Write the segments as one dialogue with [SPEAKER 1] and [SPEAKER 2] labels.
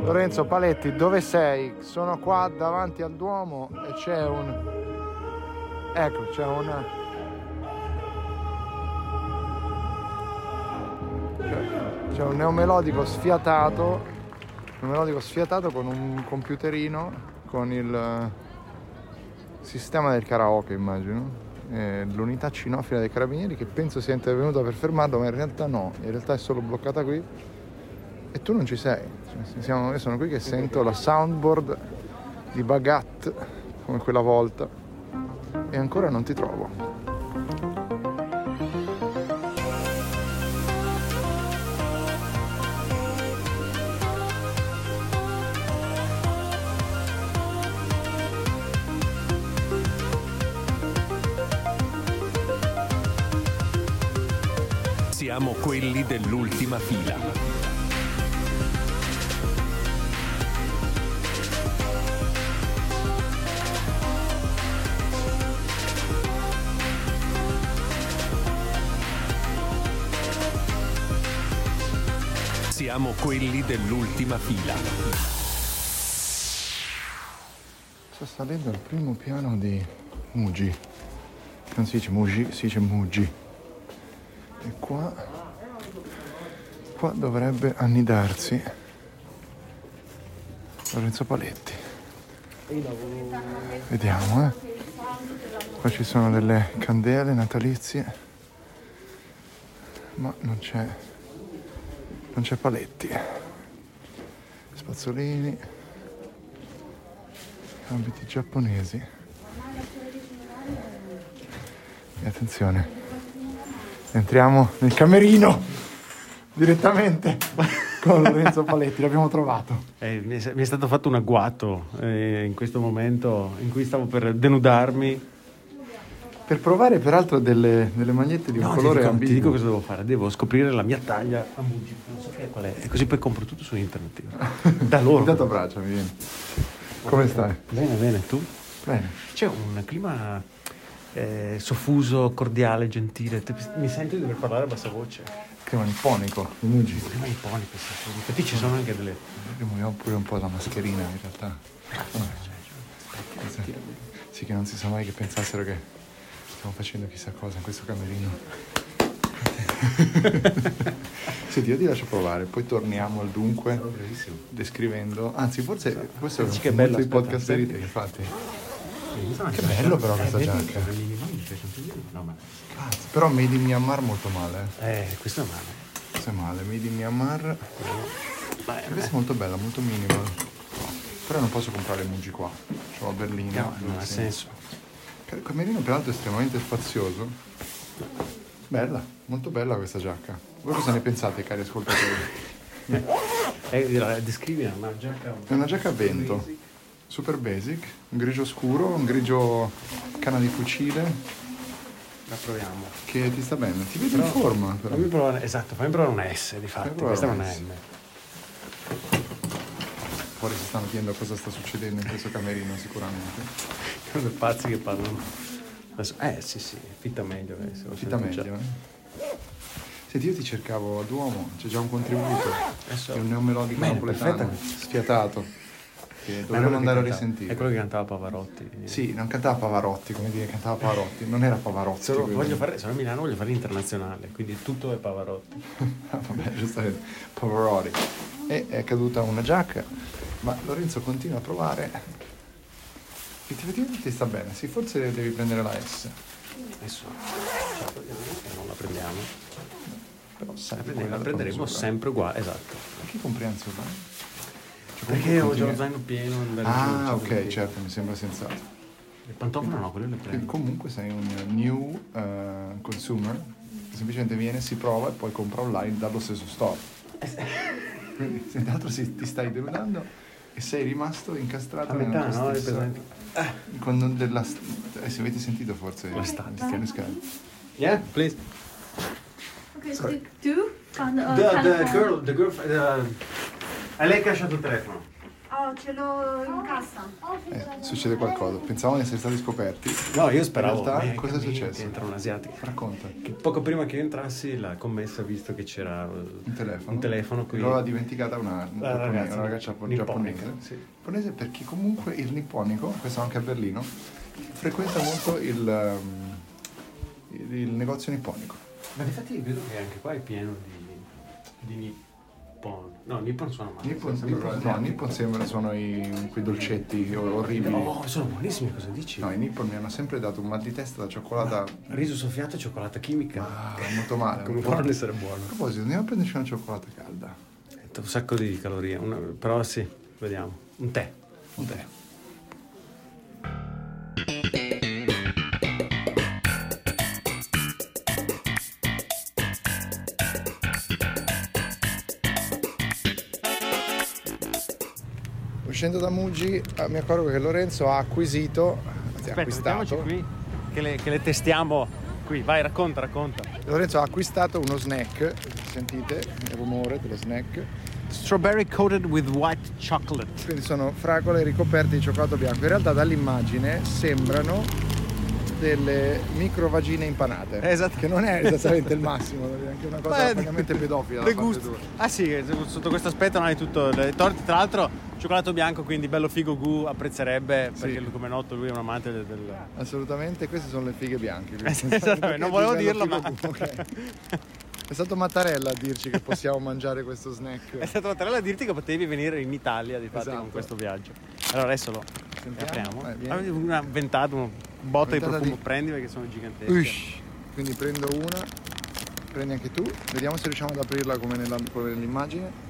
[SPEAKER 1] Lorenzo Paletti, dove sei? Sono qua davanti al Duomo e c'è un... Ecco, c'è un neomelodico sfiatato con un computerino con il sistema del karaoke, immagino, l'unità cinofila dei carabinieri che penso sia intervenuta per fermarlo, ma in realtà no, in realtà è solo bloccata qui e tu non ci sei. Io sono qui che sento la soundboard di Bagat come quella volta e ancora non ti trovo.
[SPEAKER 2] Siamo quelli dell'ultima fila. Siamo quelli dell'ultima fila.
[SPEAKER 1] Sto salendo al primo piano di Muji. Non si dice Muji, si dice Muji. E qua dovrebbe annidarsi Lorenzo Paletti. Vediamo, Qua ci sono delle candele natalizie, ma non c'è Paletti. Spazzolini, abiti giapponesi. E attenzione, entriamo nel camerino direttamente con Lorenzo Paletti, l'abbiamo trovato.
[SPEAKER 3] Mi è stato fatto un agguato in questo momento in cui stavo per denudarmi.
[SPEAKER 1] Per provare peraltro delle magliette di un colore ambiguo.
[SPEAKER 3] Ti dico cosa devo fare, devo scoprire la mia taglia a Muji, non so qual è, e così poi compro tutto su internet. Da loro.
[SPEAKER 1] Intanto abbracciami, vieni. Come stai?
[SPEAKER 3] Bene, tu?
[SPEAKER 1] Bene.
[SPEAKER 3] C'è un clima soffuso, cordiale, gentile. Mi sento di dover parlare a bassa voce.
[SPEAKER 1] Clima nipponico di Muji.
[SPEAKER 3] Clima nipponico, sì. Infatti ci sono anche delle...
[SPEAKER 1] Rimuoviamo pure un po' la mascherina in realtà. Sì, che non si sa mai che pensassero che stiamo facendo chissà cosa in questo camerino. Senti, io ti lascio provare, poi torniamo al dunque descrivendo. Anzi, forse questo è un bello podcast di te, infatti. Che bello però questa giacca.
[SPEAKER 3] No, ma...
[SPEAKER 1] Cazzo, però Made in Myanmar molto male.
[SPEAKER 3] Questo è male.
[SPEAKER 1] Questo è male, Made in Myanmar. Questa è molto bella, molto minimal. Però non posso comprare Muji qua. C'ho a Berlino.
[SPEAKER 3] No, non ha senso.
[SPEAKER 1] Il camerino peraltro è estremamente spazioso. Bella, molto bella questa giacca. Voi cosa ne pensate, cari ascoltatori?
[SPEAKER 3] Descrivi una giacca.
[SPEAKER 1] È una giacca a vento, super basic, un grigio scuro, un grigio canna di fucile.
[SPEAKER 3] La proviamo.
[SPEAKER 1] Che ti sta bene, ti vedi in forma. Però.
[SPEAKER 3] Fammi provare una S, di fatto. Questa è una M.
[SPEAKER 1] Fuori si stanno chiedendo cosa sta succedendo in questo camerino sicuramente.
[SPEAKER 3] Sono dei pazzi che parlano. Adesso, sì, fitta meglio.
[SPEAKER 1] Fitta meglio, Senti, io ti cercavo a Duomo, c'è già un contributo. È un neomelodico napoletano sfiatato che dovremmo andare a risentire.
[SPEAKER 3] È quello che cantava Pavarotti.
[SPEAKER 1] Sì, non cantava Pavarotti, come dire, cantava Pavarotti, non era Pavarotti.
[SPEAKER 3] Sono a Milano, voglio fare internazionale, quindi tutto è Pavarotti.
[SPEAKER 1] Vabbè, giustamente, Pavarotti. E è caduta una giacca, ma Lorenzo continua a provare. Effettivamente ti sta bene, sì, forse devi prendere la S.
[SPEAKER 3] Adesso non la prendiamo.
[SPEAKER 1] Però
[SPEAKER 3] la prenderemo sempre uguale, esatto.
[SPEAKER 1] Che compri anzi online?
[SPEAKER 3] Perché ho già lo zaino pieno.
[SPEAKER 1] Ok, certo, mi sembra sensato.
[SPEAKER 3] Le pantofole no, quelle le prendo.
[SPEAKER 1] Comunque sei un new consumer, semplicemente viene, si prova e poi compra online dallo stesso store. Quindi, se tra l'altro ti stai deludendo e sei rimasto incastrato
[SPEAKER 3] nella tua stessa...
[SPEAKER 1] con della... se avete sentito forse
[SPEAKER 3] la statica.
[SPEAKER 1] Yeah, please.
[SPEAKER 4] Okay,
[SPEAKER 1] sorry.
[SPEAKER 4] The
[SPEAKER 3] girl, a lei che ha lasciato il telefono.
[SPEAKER 4] Oh, ce l'ho in cassa.
[SPEAKER 1] Succede qualcosa. Pensavamo di essere stati scoperti.
[SPEAKER 3] No, io speravo.
[SPEAKER 1] In realtà, cosa è
[SPEAKER 3] che
[SPEAKER 1] successo?
[SPEAKER 3] entra un asiatico.
[SPEAKER 1] Racconta.
[SPEAKER 3] Che poco prima che io entrassi, la commessa ha visto che c'era
[SPEAKER 1] Un
[SPEAKER 3] telefono qui.
[SPEAKER 1] L'aveva dimenticata una ragazza
[SPEAKER 3] nipponica,
[SPEAKER 1] giapponese.
[SPEAKER 3] sì.
[SPEAKER 1] Giapponese perché comunque il nipponico, questo anche a Berlino, frequenta molto il negozio nipponico.
[SPEAKER 3] Ma infatti vedo che anche qua è pieno di Nippon. No, Nippon sono male.
[SPEAKER 1] Nippon sembra sono quei dolcetti orribili.
[SPEAKER 3] No, sono buonissimi, cosa dici?
[SPEAKER 1] No, i Nippon mi hanno sempre dato un mal di testa da cioccolata.
[SPEAKER 3] Riso soffiato e cioccolata chimica.
[SPEAKER 1] Molto male.
[SPEAKER 3] Come può non essere buono?
[SPEAKER 1] A proposito, andiamo a prenderci una cioccolata calda.
[SPEAKER 3] Un sacco di calorie, però sì, vediamo. Un tè.
[SPEAKER 1] Uscendo da Muji mi accorgo che Lorenzo ha acquistato
[SPEAKER 3] mettiamoci qui, che le testiamo qui. Vai, racconta.
[SPEAKER 1] Lorenzo ha acquistato uno snack, sentite il rumore dello snack.
[SPEAKER 3] Strawberry coated with white chocolate.
[SPEAKER 1] Quindi sono fragole ricoperte di cioccolato bianco. In realtà dall'immagine sembrano delle microvagine impanate.
[SPEAKER 3] Esatto.
[SPEAKER 1] Che non è esattamente il massimo, è anche una cosa francamente pedofila.
[SPEAKER 3] Le gusto. Ah sì, sotto questo aspetto non hai tutto le torte. Tra l'altro cioccolato bianco, quindi bello figo Gu apprezzerebbe,
[SPEAKER 1] Sì.
[SPEAKER 3] perché come noto lui è un amante del...
[SPEAKER 1] Assolutamente, queste sono le fighe bianche.
[SPEAKER 3] Esattamente, non volevo dirlo, ma...
[SPEAKER 1] Okay. È stato Mattarella a dirci che possiamo mangiare questo snack.
[SPEAKER 3] È stato Mattarella a dirti che potevi venire in Italia di fatto
[SPEAKER 1] Esatto.
[SPEAKER 3] con questo viaggio. Allora adesso lo
[SPEAKER 1] Sentiamo.
[SPEAKER 3] apriamo.
[SPEAKER 1] Vieni.
[SPEAKER 3] Una ventata, un botta di
[SPEAKER 1] Ventata
[SPEAKER 3] profumo,
[SPEAKER 1] di-
[SPEAKER 3] prendi perché sono gigantesche.
[SPEAKER 1] Ush. Quindi prendo una, prendi anche tu, vediamo se riusciamo ad aprirla come nell'immagine.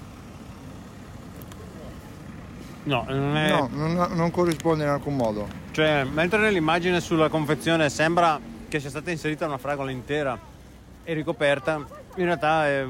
[SPEAKER 3] No, non è...
[SPEAKER 1] No, non corrisponde in alcun modo.
[SPEAKER 3] Cioè, mentre nell'immagine sulla confezione sembra che sia stata inserita una fragola intera e ricoperta, in realtà è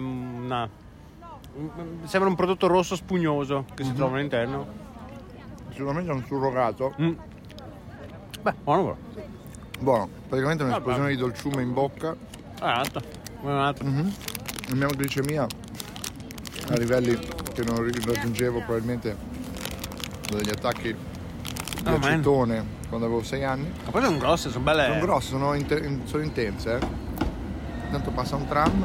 [SPEAKER 3] sembra un prodotto rosso spugnoso che si trova all'interno.
[SPEAKER 1] Sicuramente è un surrogato.
[SPEAKER 3] Beh, buono però.
[SPEAKER 1] Buono, praticamente un'esplosione di dolciume in bocca.
[SPEAKER 3] Esatto.
[SPEAKER 1] La mia glicemia a livelli che non raggiungevo probabilmente degli attacchi di
[SPEAKER 3] Oh, man.
[SPEAKER 1] acetone quando avevo 6 anni.
[SPEAKER 3] Ma poi sono grosse, sono belle.
[SPEAKER 1] Sono grosse, sono intense. Intanto passa un tram.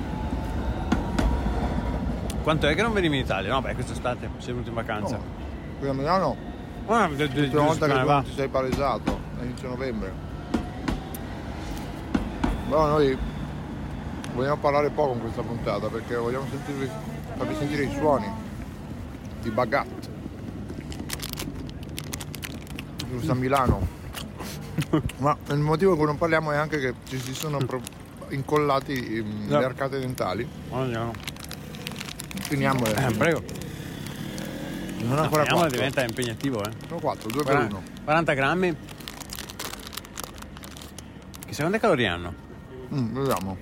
[SPEAKER 3] Quanto è che non venivi in Italia? No, beh, quest'estate sei venuto in vacanza.
[SPEAKER 1] Qui a Milano, l'ultima volta che tu ti sei palesato, a inizio novembre. Però noi vogliamo parlare poco in questa puntata perché vogliamo farvi sentire i suoni di baguette. Giusto a Milano. Ma il motivo per cui non parliamo è anche che ci si sono incollati le arcate dentali.
[SPEAKER 3] Andiamo.
[SPEAKER 1] Finiamole.
[SPEAKER 3] Prego.
[SPEAKER 1] Non ancora
[SPEAKER 3] Finiamola,
[SPEAKER 1] 4.
[SPEAKER 3] diventa impegnativo, eh.
[SPEAKER 1] Sono 4, 2 per 1.
[SPEAKER 3] 40 grammi. Chissà quante calorie hanno.
[SPEAKER 1] Vediamo.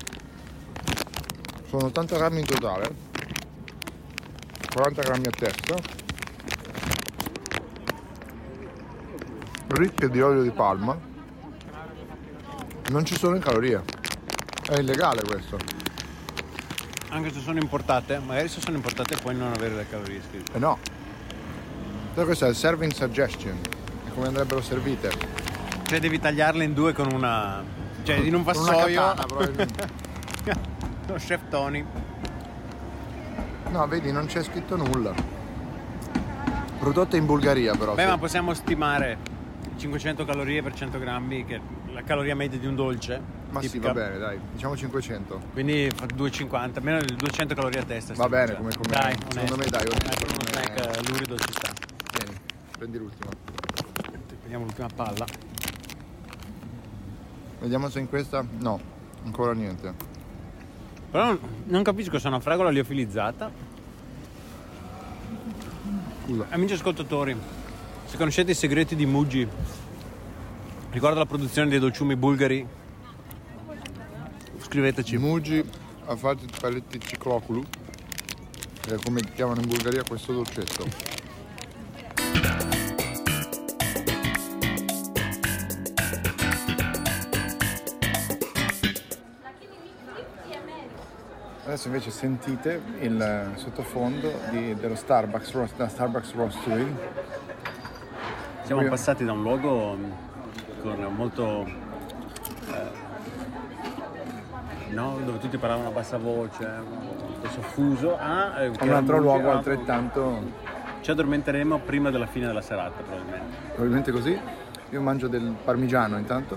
[SPEAKER 1] Sono 80 grammi in totale. 40 grammi a testa. Ricche di olio di palma. Non ci sono le calorie. È illegale questo.
[SPEAKER 3] Anche se sono importate, magari se sono importate puoi non avere le calorie scritte.
[SPEAKER 1] No. Però questo è il serving suggestion. È come andrebbero servite.
[SPEAKER 3] Cioè devi tagliarle in due con una... Cioè in un
[SPEAKER 1] Con una
[SPEAKER 3] vassoio...
[SPEAKER 1] katana, probabilmente.
[SPEAKER 3] Lo chef Tony.
[SPEAKER 1] No, vedi, non c'è scritto nulla. Prodotte in Bulgaria però.
[SPEAKER 3] Beh,
[SPEAKER 1] sì.
[SPEAKER 3] ma possiamo stimare 500 calorie per 100 grammi, che è la caloria media di un dolce.
[SPEAKER 1] Ma sì,
[SPEAKER 3] tipica.
[SPEAKER 1] va bene, dai. Diciamo 500.
[SPEAKER 3] Quindi fa 250, meno di 200 calorie a testa.
[SPEAKER 1] Va
[SPEAKER 3] stiamo
[SPEAKER 1] bene,
[SPEAKER 3] dicendo.
[SPEAKER 1] come
[SPEAKER 3] Dai,
[SPEAKER 1] secondo me, dai, onesto,
[SPEAKER 3] Ecco uno
[SPEAKER 1] come-
[SPEAKER 3] snack lurido ci sta.
[SPEAKER 1] Vieni, prendi l'ultima.
[SPEAKER 3] Prendiamo l'ultima palla.
[SPEAKER 1] Vediamo se in questa... No, ancora niente.
[SPEAKER 3] Però non capisco se è una fragola liofilizzata.
[SPEAKER 1] Scusa.
[SPEAKER 3] Amici ascoltatori, se conoscete i segreti di Muji riguardo alla produzione dei dolciumi bulgari, scriveteci.
[SPEAKER 1] Muji ha fatto i paletti cicloculu, che è come chiamano in Bulgaria questo dolcetto. Adesso invece sentite il sottofondo dello da Starbucks Roastery.
[SPEAKER 3] Siamo passati da un luogo con molto... dove tutti parlavano a bassa voce, molto soffuso, a
[SPEAKER 1] un altro luogo altrettanto...
[SPEAKER 3] Ci addormenteremo prima della fine della serata, probabilmente.
[SPEAKER 1] Probabilmente così. Io mangio del parmigiano intanto.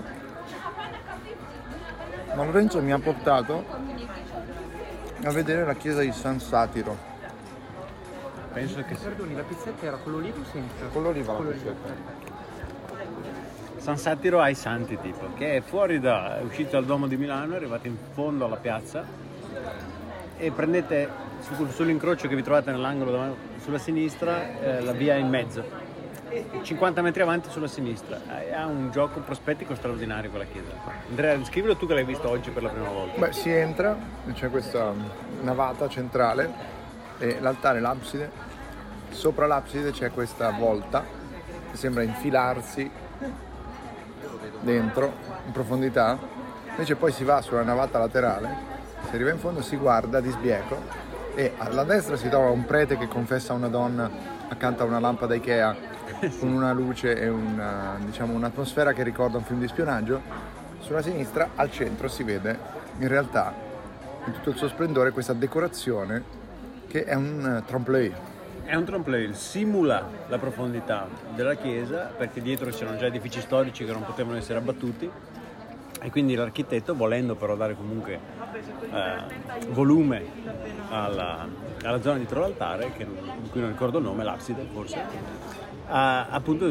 [SPEAKER 1] Ma Lorenzo mi ha portato a vedere la chiesa di San Satiro.
[SPEAKER 3] Penso che
[SPEAKER 5] Perdoni, la pizzetta era con l'oliva o senza?
[SPEAKER 1] Con l'oliva la pizzetta.
[SPEAKER 3] San Satiro ai Santi, tipo, che è fuori è uscito dal Duomo di Milano, arrivate in fondo alla piazza e prendete sull'incrocio che vi trovate nell'angolo sulla sinistra la via in mezzo. 50 metri avanti sulla sinistra ha un gioco prospettico straordinario quella chiesa. Andrea, scrivilo tu che l'hai visto oggi per la prima volta.
[SPEAKER 1] Beh, si entra, c'è questa navata centrale e l'altare, l'abside. Sopra l'abside c'è questa volta che sembra infilarsi dentro in profondità. Invece poi si va sulla navata laterale, si arriva in fondo, si guarda di sbieco e alla destra si trova un prete che confessa una donna accanto a una lampada Ikea con una luce e un'atmosfera che ricorda un film di spionaggio. Sulla sinistra, al centro, si vede in realtà in tutto il suo splendore questa decorazione che è un trompe-l'œil.
[SPEAKER 3] È un trompe-l'œil, simula la profondità della chiesa perché dietro c'erano già edifici storici che non potevano essere abbattuti e quindi l'architetto, volendo però dare comunque volume alla zona dietro l'altare, di cui non ricordo il nome, l'abside forse, ha appunto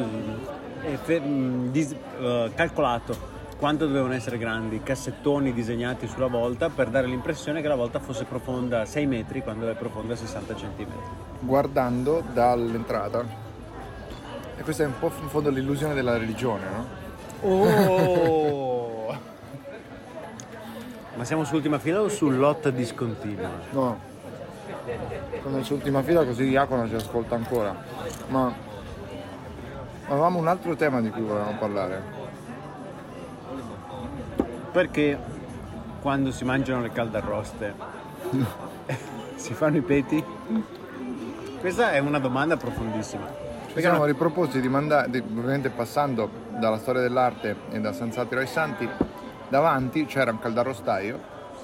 [SPEAKER 3] calcolato quanto dovevano essere grandi cassettoni disegnati sulla volta per dare l'impressione che la volta fosse profonda 6 metri quando è profonda 60 centimetri.
[SPEAKER 1] Guardando dall'entrata, e questa è un po' in fondo l'illusione della religione, no?
[SPEAKER 3] Oh! Ma siamo sull'ultima fila o sul lot discontinua?
[SPEAKER 1] No, sono sull'ultima fila così Iacono ci ascolta ancora. Ma avevamo un altro tema di cui volevamo parlare.
[SPEAKER 3] Perché quando si mangiano le caldarroste si fanno i peti? Questa è una domanda profondissima.
[SPEAKER 1] Ci siamo riproposti di mandare, ovviamente passando dalla storia dell'arte e da San Satiro ai Santi, davanti c'era un caldarrostaio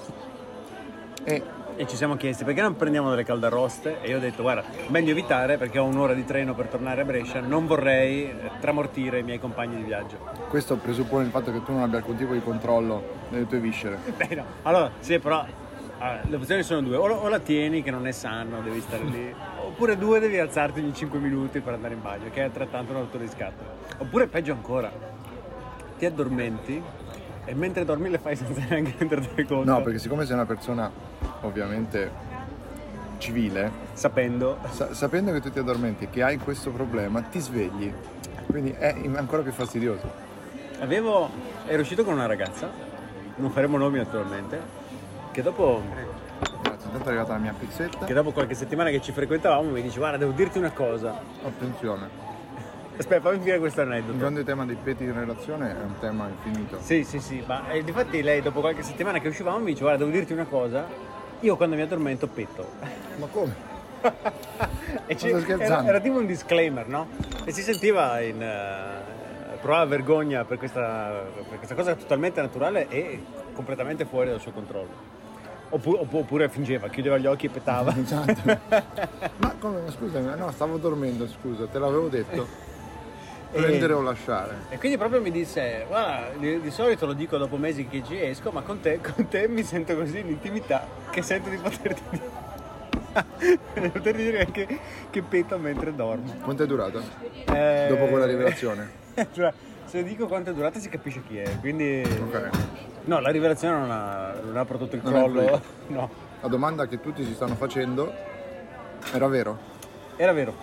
[SPEAKER 3] e ci siamo chiesti perché non prendiamo delle caldarroste e io ho detto guarda, meglio evitare perché ho un'ora di treno per tornare a Brescia, non vorrei tramortire i miei compagni di viaggio.
[SPEAKER 1] Questo presuppone il fatto che tu non abbia alcun tipo di controllo delle tue viscere.
[SPEAKER 3] Beh, no. Allora sì, però le opzioni sono due, o la tieni che non è sano, devi stare lì, oppure due, devi alzarti ogni 5 minuti per andare in bagno, che è altrettanto un autoriscatto, oppure peggio ancora, ti addormenti e mentre dormi le fai senza neanche renderti conto.
[SPEAKER 1] No, perché siccome sei una persona ovviamente civile,
[SPEAKER 3] sapendo
[SPEAKER 1] che tu ti addormenti e che hai questo problema, ti svegli, quindi è ancora più fastidioso.
[SPEAKER 3] Ero uscito con una ragazza, non faremo nomi naturalmente, che dopo
[SPEAKER 1] Grazie, intanto è arrivata la mia pizzetta.
[SPEAKER 3] che dopo qualche settimana che ci frequentavamo mi dice guarda, devo dirti una cosa.
[SPEAKER 1] Attenzione,
[SPEAKER 3] Aspetta, fammi finire questo
[SPEAKER 1] il
[SPEAKER 3] aneddoto.
[SPEAKER 1] grande tema dei peti in relazione è un tema infinito.
[SPEAKER 3] Sì, ma difatti lei dopo qualche settimana che uscivamo mi dice guarda, devo dirti una cosa, io quando mi addormento petto.
[SPEAKER 1] Ma come?
[SPEAKER 3] E
[SPEAKER 1] Sto scherzando.
[SPEAKER 3] era tipo un disclaimer, no? E si sentiva provava vergogna per questa cosa totalmente naturale e completamente fuori dal suo controllo. Oppure fingeva, chiudeva gli occhi e petava.
[SPEAKER 1] Esatto. Ma come? Scusami, no, stavo dormendo, scusa, te l'avevo detto. Prendere o lasciare.
[SPEAKER 3] E quindi proprio mi disse, guarda, di solito lo dico dopo mesi che ci esco, ma con te mi sento così in intimità che sento di poterti dire che peto mentre dormo.
[SPEAKER 1] Quanto è durata? Dopo quella rivelazione?
[SPEAKER 3] Cioè, se dico quanto è durata si capisce chi è, quindi...
[SPEAKER 1] Ok.
[SPEAKER 3] No, la rivelazione non ha prodotto il
[SPEAKER 1] Non è
[SPEAKER 3] crollo.
[SPEAKER 1] influito.
[SPEAKER 3] No,
[SPEAKER 1] La domanda che tutti si stanno facendo era vero?
[SPEAKER 3] era vero.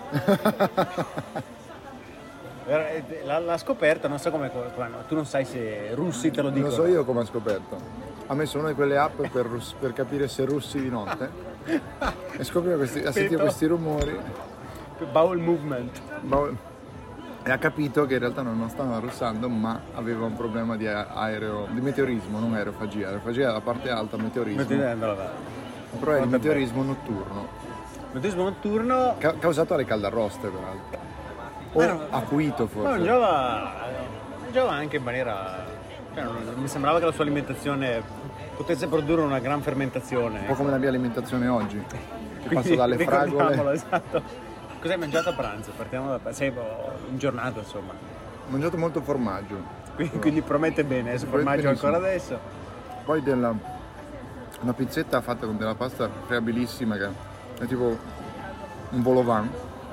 [SPEAKER 3] L'ha scoperta, non so come tu non sai se russi te lo
[SPEAKER 1] Non
[SPEAKER 3] dicono.
[SPEAKER 1] lo so io come ha scoperto. Ha messo una di quelle app per capire se russi di notte e scopriva sentire questi rumori
[SPEAKER 3] Bowel movement.
[SPEAKER 1] e ha capito che in realtà non stava russando, ma aveva un problema di meteorismo, non aerofagia. Aerofagia è la parte alta, meteorismo. Però è il
[SPEAKER 3] Vabbè.
[SPEAKER 1] meteorismo notturno,
[SPEAKER 3] Meteorismo notturno.
[SPEAKER 1] causato dalle caldarroste peraltro. O
[SPEAKER 3] Ma no,
[SPEAKER 1] acuito
[SPEAKER 3] Ma
[SPEAKER 1] forse.
[SPEAKER 3] non giova anche in maniera. Cioè, mi sembrava che la sua alimentazione potesse produrre una gran fermentazione.
[SPEAKER 1] Un po' come la mia alimentazione oggi. Che
[SPEAKER 3] Quindi,
[SPEAKER 1] passo dalle
[SPEAKER 3] ricordiamolo,
[SPEAKER 1] fragole.
[SPEAKER 3] esatto. Cos'hai mangiato a pranzo? Partiamo da. Sei in giornata, insomma.
[SPEAKER 1] Ho mangiato molto formaggio.
[SPEAKER 3] Quindi promette bene, adesso formaggio
[SPEAKER 1] Benissimo.
[SPEAKER 3] ancora adesso.
[SPEAKER 1] Poi una pizzetta fatta con della pasta friabilissima che è tipo un vol au vent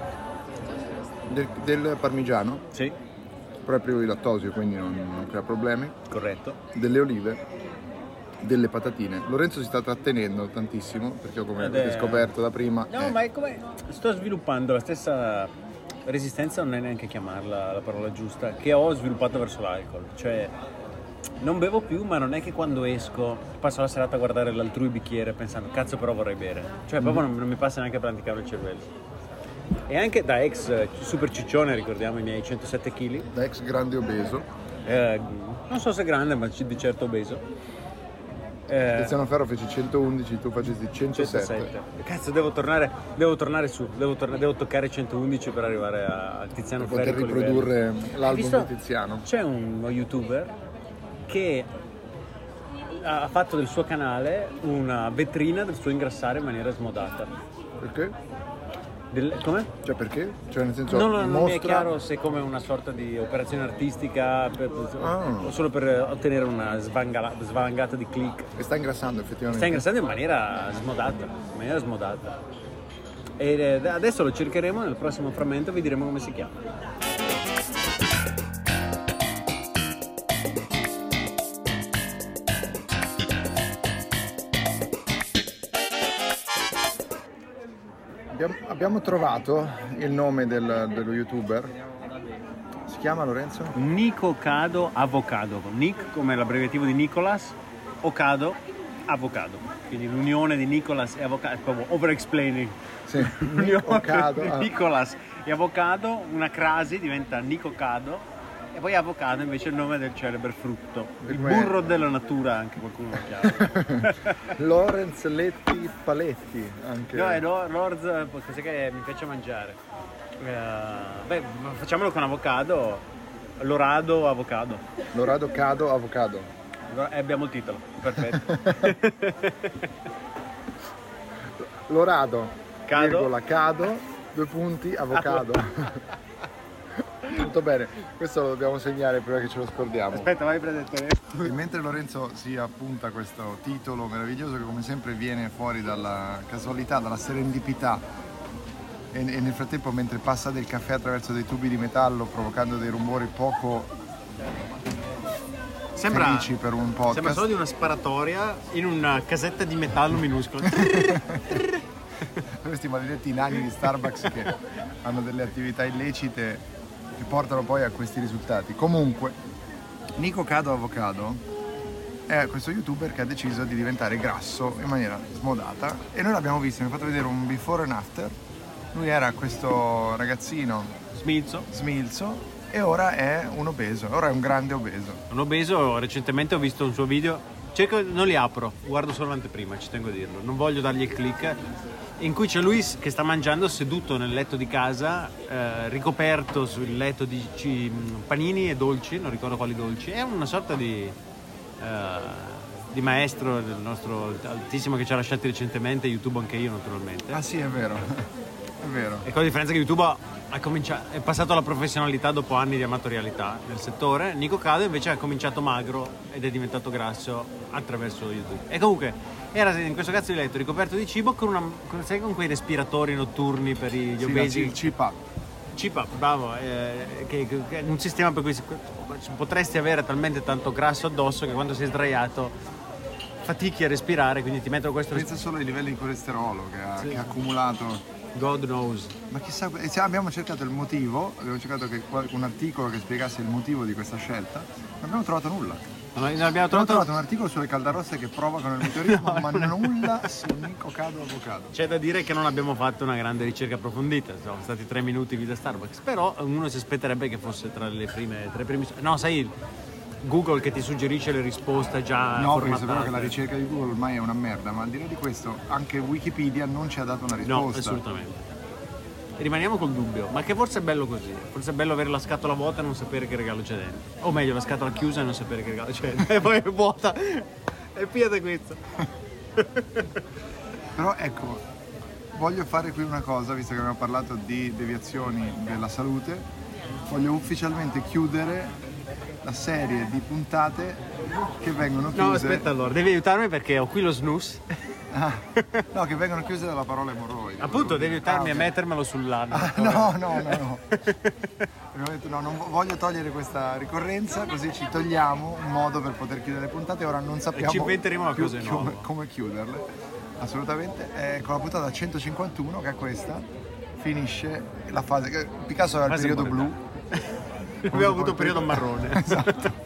[SPEAKER 1] del parmigiano,
[SPEAKER 3] Sì,
[SPEAKER 1] però è privo di lattosio, quindi non crea problemi.
[SPEAKER 3] corretto.
[SPEAKER 1] Delle olive, delle patatine. Lorenzo si sta trattenendo tantissimo perché come avete scoperto da prima
[SPEAKER 3] No, ma è come. Sto sviluppando la stessa resistenza, non è neanche chiamarla la parola giusta, che ho sviluppato verso l'alcol. Cioè, non bevo più, ma non è che quando esco passo la serata a guardare l'altrui bicchiere pensando cazzo però vorrei bere. Cioè, proprio non mi passa neanche per anticare il cervello. E anche da ex super ciccione, ricordiamo i miei 107 kg,
[SPEAKER 1] da ex grande obeso.
[SPEAKER 3] non so se grande, ma di certo obeso.
[SPEAKER 1] Tiziano Ferro fece 111, tu facesti 107.
[SPEAKER 3] 107. Cazzo, devo tornare su, devo toccare 111 per arrivare a Tiziano
[SPEAKER 1] Per
[SPEAKER 3] Ferro.
[SPEAKER 1] poter riprodurre
[SPEAKER 3] Hai
[SPEAKER 1] l'album
[SPEAKER 3] visto?
[SPEAKER 1] di Tiziano.
[SPEAKER 3] C'è uno youtuber che ha fatto del suo canale una vetrina del suo ingrassare in maniera smodata.
[SPEAKER 1] Perché?
[SPEAKER 3] Come?
[SPEAKER 1] Cioè perché? Cioè nel senso
[SPEAKER 3] Non mi è
[SPEAKER 1] mostra...
[SPEAKER 3] chiaro se è come una sorta di operazione artistica
[SPEAKER 1] Ah.
[SPEAKER 3] o solo per ottenere una svangata di click.
[SPEAKER 1] E sta ingrassando effettivamente.
[SPEAKER 3] Sta ingrassando in maniera smodata. E adesso lo cercheremo nel prossimo frammento, vi diremo come si chiama.
[SPEAKER 1] Abbiamo trovato il nome dello youtuber. Si chiama Lorenzo?
[SPEAKER 3] Nico Cado Avocado. Nick come l'abbreviativo di Nicolas, Ocado, Avocado. Quindi l'unione di Nicolas e Avocado, è proprio over-explaining.
[SPEAKER 1] Sì,
[SPEAKER 3] L'unione
[SPEAKER 1] Ocado.
[SPEAKER 3] di Nicolas e Avocado, una crasi diventa Nico Cado e poi Avocado invece è il nome del celebre frutto. Il
[SPEAKER 1] come-
[SPEAKER 3] burro della natura, anche qualcuno lo chiama.
[SPEAKER 1] Lorenz Letti Paletti anche.
[SPEAKER 3] No, è Lorz, cos'è che mi piace mangiare? Beh, facciamolo con avocado, Lorado avocado.
[SPEAKER 1] Lorado Cado Avocado.
[SPEAKER 3] E abbiamo il titolo, perfetto.
[SPEAKER 1] Lorado
[SPEAKER 3] Cado.
[SPEAKER 1] virgola, Cado 2 punti Avocado. Tutto bene, questo lo dobbiamo segnare prima che ce lo scordiamo.
[SPEAKER 3] Aspetta, vai a prendere il telefono.
[SPEAKER 1] E mentre Lorenzo si appunta questo titolo meraviglioso che come sempre viene fuori dalla casualità, dalla serendipità e nel frattempo mentre passa del caffè attraverso dei tubi di metallo provocando dei rumori poco felici per un podcast.
[SPEAKER 3] Sembra solo di una sparatoria in una casetta di metallo minuscola.
[SPEAKER 1] Questi maledetti nani di Starbucks che hanno delle attività illecite che portano poi a questi risultati. Comunque, Nico Cado Avocado è questo youtuber che ha deciso di diventare grasso in maniera smodata e noi l'abbiamo visto, mi ha fatto vedere un before and after. Lui era questo ragazzino
[SPEAKER 3] Smilzo.
[SPEAKER 1] smilzo e ora è un obeso, ora è un grande obeso.
[SPEAKER 3] Un obeso, recentemente ho visto un suo video, non li apro, guardo solo l'anteprima, ci tengo a dirlo, non voglio dargli il click, in cui c'è lui che sta mangiando seduto nel letto di casa, ricoperto sul letto di panini e dolci, non ricordo quali dolci, è una sorta di maestro del nostro altissimo che ci ha lasciati recentemente, YouTube anche io naturalmente.
[SPEAKER 1] Ah sì, è vero, è vero.
[SPEAKER 3] E con la differenza che YouTube è passato alla professionalità dopo anni di amatorialità nel settore. Nico Cado invece ha cominciato magro ed è diventato grasso attraverso YouTube. E comunque era in questo cazzo di letto ricoperto di cibo sai, con quei respiratori notturni per gli obesi.
[SPEAKER 1] Il CPAP.
[SPEAKER 3] CPAP, bravo, che è un sistema per cui potresti avere talmente tanto grasso addosso che quando sei sdraiato fatichi a respirare, quindi ti mettono questo
[SPEAKER 1] Pensa solo ai livelli di colesterolo che ha accumulato.
[SPEAKER 3] God knows.
[SPEAKER 1] Ma chissà, abbiamo cercato il motivo, abbiamo cercato un articolo che spiegasse il motivo di questa scelta, non abbiamo trovato nulla.
[SPEAKER 3] Non abbiamo
[SPEAKER 1] Abbiamo
[SPEAKER 3] trovato.
[SPEAKER 1] trovato un articolo sulle caldaroste che provocano il meteorismo, ma nulla su Nico Cado Avocado.
[SPEAKER 3] C'è da dire che non abbiamo fatto una grande ricerca approfondita, sono stati 3 minuti di da Starbucks, però uno si aspetterebbe che fosse tra le prime. No, sai, Google che ti suggerisce le risposte già
[SPEAKER 1] No, perché
[SPEAKER 3] formattate.
[SPEAKER 1] sapevo che la ricerca di Google ormai è una merda, ma al di là di questo anche Wikipedia non ci ha dato una risposta.
[SPEAKER 3] No, assolutamente. Rimaniamo col dubbio, ma che forse è bello così. Forse è bello avere la scatola vuota e non sapere che regalo c'è dentro. O meglio, la scatola chiusa e non sapere che regalo c'è dentro. E poi è vuota. E piate questo.
[SPEAKER 1] Però ecco, voglio fare qui una cosa, visto che abbiamo parlato di deviazioni della salute, voglio ufficialmente chiudere la serie di puntate che vengono chiuse.
[SPEAKER 3] No, aspetta allora, devi aiutarmi perché ho qui lo snus.
[SPEAKER 1] Ah, no, che vengono chiuse dalla parola emorroidi.
[SPEAKER 3] Appunto, devi aiutarmi
[SPEAKER 1] ok.
[SPEAKER 3] a mettermelo sull'anno.
[SPEAKER 1] No. Abbiamo detto no, non voglio togliere questa ricorrenza, così ci togliamo un modo per poter chiudere le puntate. Ora non sappiamo
[SPEAKER 3] ci inventeremo una
[SPEAKER 1] più
[SPEAKER 3] cosa nuova.
[SPEAKER 1] come chiuderle. Assolutamente. Con la puntata 151, che è questa, finisce la fase. Picasso aveva il
[SPEAKER 3] Fase
[SPEAKER 1] periodo blu.
[SPEAKER 3] Abbiamo avuto un periodo marrone.
[SPEAKER 1] Esatto.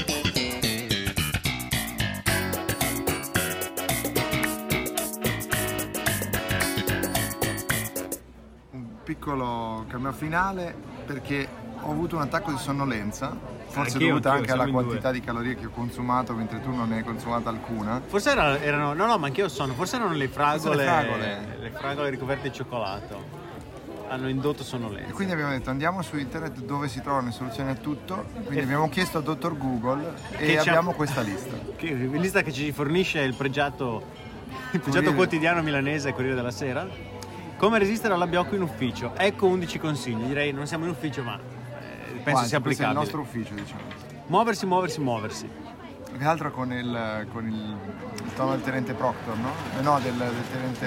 [SPEAKER 1] Piccolo cameo finale perché ho avuto un attacco di sonnolenza, forse dovuta anche alla quantità di calorie che ho consumato mentre tu non ne hai consumata alcuna.
[SPEAKER 3] Forse erano no, ma anch'io sono. Forse erano le fragole.
[SPEAKER 1] fragole.
[SPEAKER 3] Le fragole ricoperte di cioccolato. Hanno indotto
[SPEAKER 1] E
[SPEAKER 3] sonnolenza.
[SPEAKER 1] quindi abbiamo detto andiamo su internet dove si trovano le soluzioni a tutto, quindi abbiamo chiesto al dottor Google e
[SPEAKER 3] Che ci ha-
[SPEAKER 1] abbiamo questa lista.
[SPEAKER 3] Lista che ci fornisce il pregiato
[SPEAKER 1] Corriere-
[SPEAKER 3] quotidiano milanese Corriere della Sera. Come resistere all'abbiocco in ufficio? Ecco 11 consigli. Direi non siamo in ufficio, ma penso
[SPEAKER 1] Quasi,
[SPEAKER 3] sia
[SPEAKER 1] questo è il
[SPEAKER 3] applicabile.
[SPEAKER 1] nostro ufficio, diciamo.
[SPEAKER 3] Muoversi.
[SPEAKER 1] Più che altro con il tono del tenente Proctor, no? No, del tenente...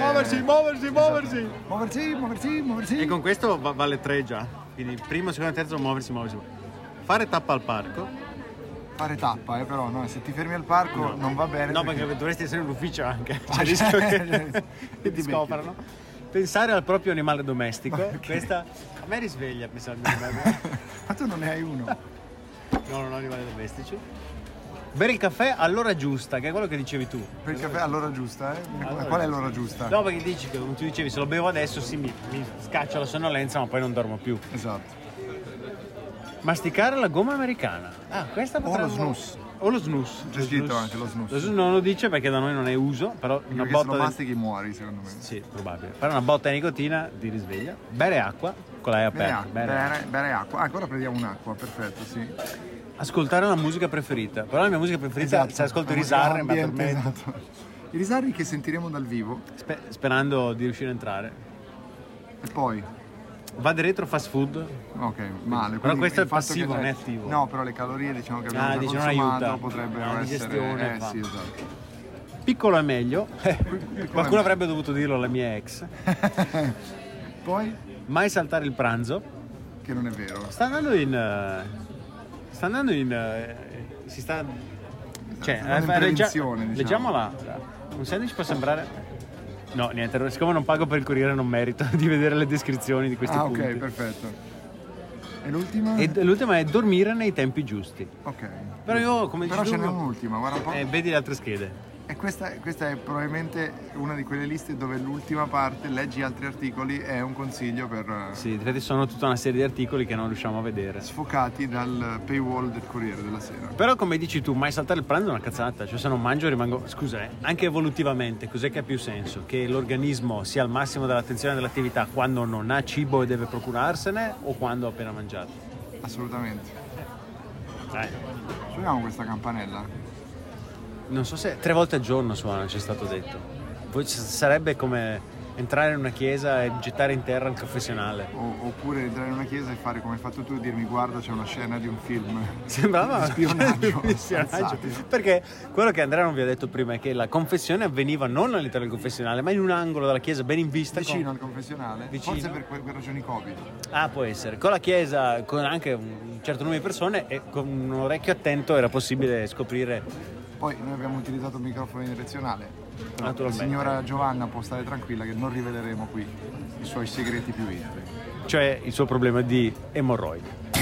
[SPEAKER 1] Muoversi.
[SPEAKER 3] E con questo vale 3 già. Quindi primo, secondo e terzo, muoversi. Fare tappa al parco.
[SPEAKER 1] Fare tappa, però no, se ti fermi al parco non va bene.
[SPEAKER 3] No, perché dovresti essere in ufficio anche. C'è il rischio che ti scoprano. Pensare al proprio animale domestico.
[SPEAKER 1] Okay.
[SPEAKER 3] Questa a me risveglia pensare al mio animale.
[SPEAKER 1] Ma tu non ne hai uno.
[SPEAKER 3] No, non ho animali domestici. Bere il caffè all'ora giusta, che è quello che dicevi tu.
[SPEAKER 1] Per il caffè all'ora giusta, eh?
[SPEAKER 3] Allora
[SPEAKER 1] Qual è
[SPEAKER 3] giusta.
[SPEAKER 1] l'ora giusta?
[SPEAKER 3] No, perché dici che come tu dicevi, se lo bevo adesso sì mi scaccia la sonnolenza, ma poi non dormo più.
[SPEAKER 1] Esatto.
[SPEAKER 3] Masticare la gomma americana. Ah, questa
[SPEAKER 1] O
[SPEAKER 3] potremmo...
[SPEAKER 1] lo snus.
[SPEAKER 3] O lo snus.
[SPEAKER 1] C'è scritto anche lo snus.
[SPEAKER 3] Lo snus non lo dice perché da noi non è uso, però una
[SPEAKER 1] Perché se
[SPEAKER 3] botta
[SPEAKER 1] lo
[SPEAKER 3] di-
[SPEAKER 1] mastichi muori, secondo me.
[SPEAKER 3] Sì, probabile. Fare una botta di nicotina ti risveglia. Bere acqua con l'hai aperta.
[SPEAKER 1] Bere acqua. Ah, ancora prendiamo un'acqua, perfetto, sì.
[SPEAKER 3] Ascoltare una musica preferita. Però la mia musica preferita, se ascolto i Risarri, ma
[SPEAKER 1] Ambiente,
[SPEAKER 3] per me
[SPEAKER 1] esatto. I Risarri che sentiremo dal vivo.
[SPEAKER 3] sperando di riuscire a entrare.
[SPEAKER 1] E poi...
[SPEAKER 3] Vade retro fast food.
[SPEAKER 1] Ok, male.
[SPEAKER 3] Però
[SPEAKER 1] quindi
[SPEAKER 3] questo è
[SPEAKER 1] il fatto
[SPEAKER 3] passivo,
[SPEAKER 1] che-
[SPEAKER 3] non è attivo.
[SPEAKER 1] No, però le calorie diciamo che abbiamo già
[SPEAKER 3] dici, non
[SPEAKER 1] consumato
[SPEAKER 3] aiuta.
[SPEAKER 1] potrebbero
[SPEAKER 3] La
[SPEAKER 1] essere...
[SPEAKER 3] digestione fa.
[SPEAKER 1] sì, esatto.
[SPEAKER 3] Piccolo è meglio.
[SPEAKER 1] è
[SPEAKER 3] Qualcuno
[SPEAKER 1] meglio.
[SPEAKER 3] avrebbe dovuto dirlo alla mia ex.
[SPEAKER 1] Poi,
[SPEAKER 3] Mai saltare il pranzo.
[SPEAKER 1] che non è vero.
[SPEAKER 3] Sta andando in... si sta... Cioè,
[SPEAKER 1] andando in prevenzione, diciamo.
[SPEAKER 3] leggiamola. Un sandwich può sembrare... No, niente, siccome non pago per il Corriere non merito di vedere le descrizioni di questi punti.
[SPEAKER 1] Ok, perfetto. E l'ultima?
[SPEAKER 3] E l'ultima è dormire nei tempi giusti.
[SPEAKER 1] Ok.
[SPEAKER 3] Però io, come
[SPEAKER 1] Però
[SPEAKER 3] dici
[SPEAKER 1] ce
[SPEAKER 3] tu,
[SPEAKER 1] n'è un'ultima, guarda un po'.
[SPEAKER 3] vedi le altre schede.
[SPEAKER 1] E questa è probabilmente una di quelle liste dove l'ultima parte, leggi altri articoli, è un consiglio per
[SPEAKER 3] Sì, infatti sono tutta una serie di articoli che non riusciamo a vedere.
[SPEAKER 1] sfocati dal paywall del Corriere della Sera.
[SPEAKER 3] Però come dici tu, mai saltare il pranzo è una cazzata. Cioè se non mangio rimango... Scusa, anche evolutivamente, cos'è che ha più senso? Che l'organismo sia al massimo dell'attenzione dell'attività quando non ha cibo e deve procurarsene o quando ha appena mangiato?
[SPEAKER 1] Assolutamente.
[SPEAKER 3] Dai.
[SPEAKER 1] Suoniamo questa campanella?
[SPEAKER 3] Non so se 3 volte al giorno suona, ci è stato detto. Poi sarebbe come entrare in una chiesa e gettare in terra il confessionale.
[SPEAKER 1] Oppure entrare in una chiesa e fare come hai fatto tu e dirmi guarda c'è una scena di un film.
[SPEAKER 3] Sembrava
[SPEAKER 1] Spionaggio.
[SPEAKER 3] di spionaggio.
[SPEAKER 1] Avanzati.
[SPEAKER 3] Perché quello che Andrea non vi ha detto prima è che la confessione avveniva non all'interno del confessionale, ma in un angolo della chiesa ben in vista.
[SPEAKER 1] Vicino al confessionale?
[SPEAKER 3] Vicino.
[SPEAKER 1] Forse per ragioni Covid.
[SPEAKER 3] Ah, può essere. Con la chiesa, con anche un certo numero di persone e con un orecchio attento era possibile scoprire.
[SPEAKER 1] Poi noi abbiamo utilizzato il microfono direzionale. Però la
[SPEAKER 3] Naturalmente.
[SPEAKER 1] signora Giovanna può stare tranquilla che non riveleremo qui i suoi segreti più intimi.
[SPEAKER 3] Cioè il suo problema di emorroidi.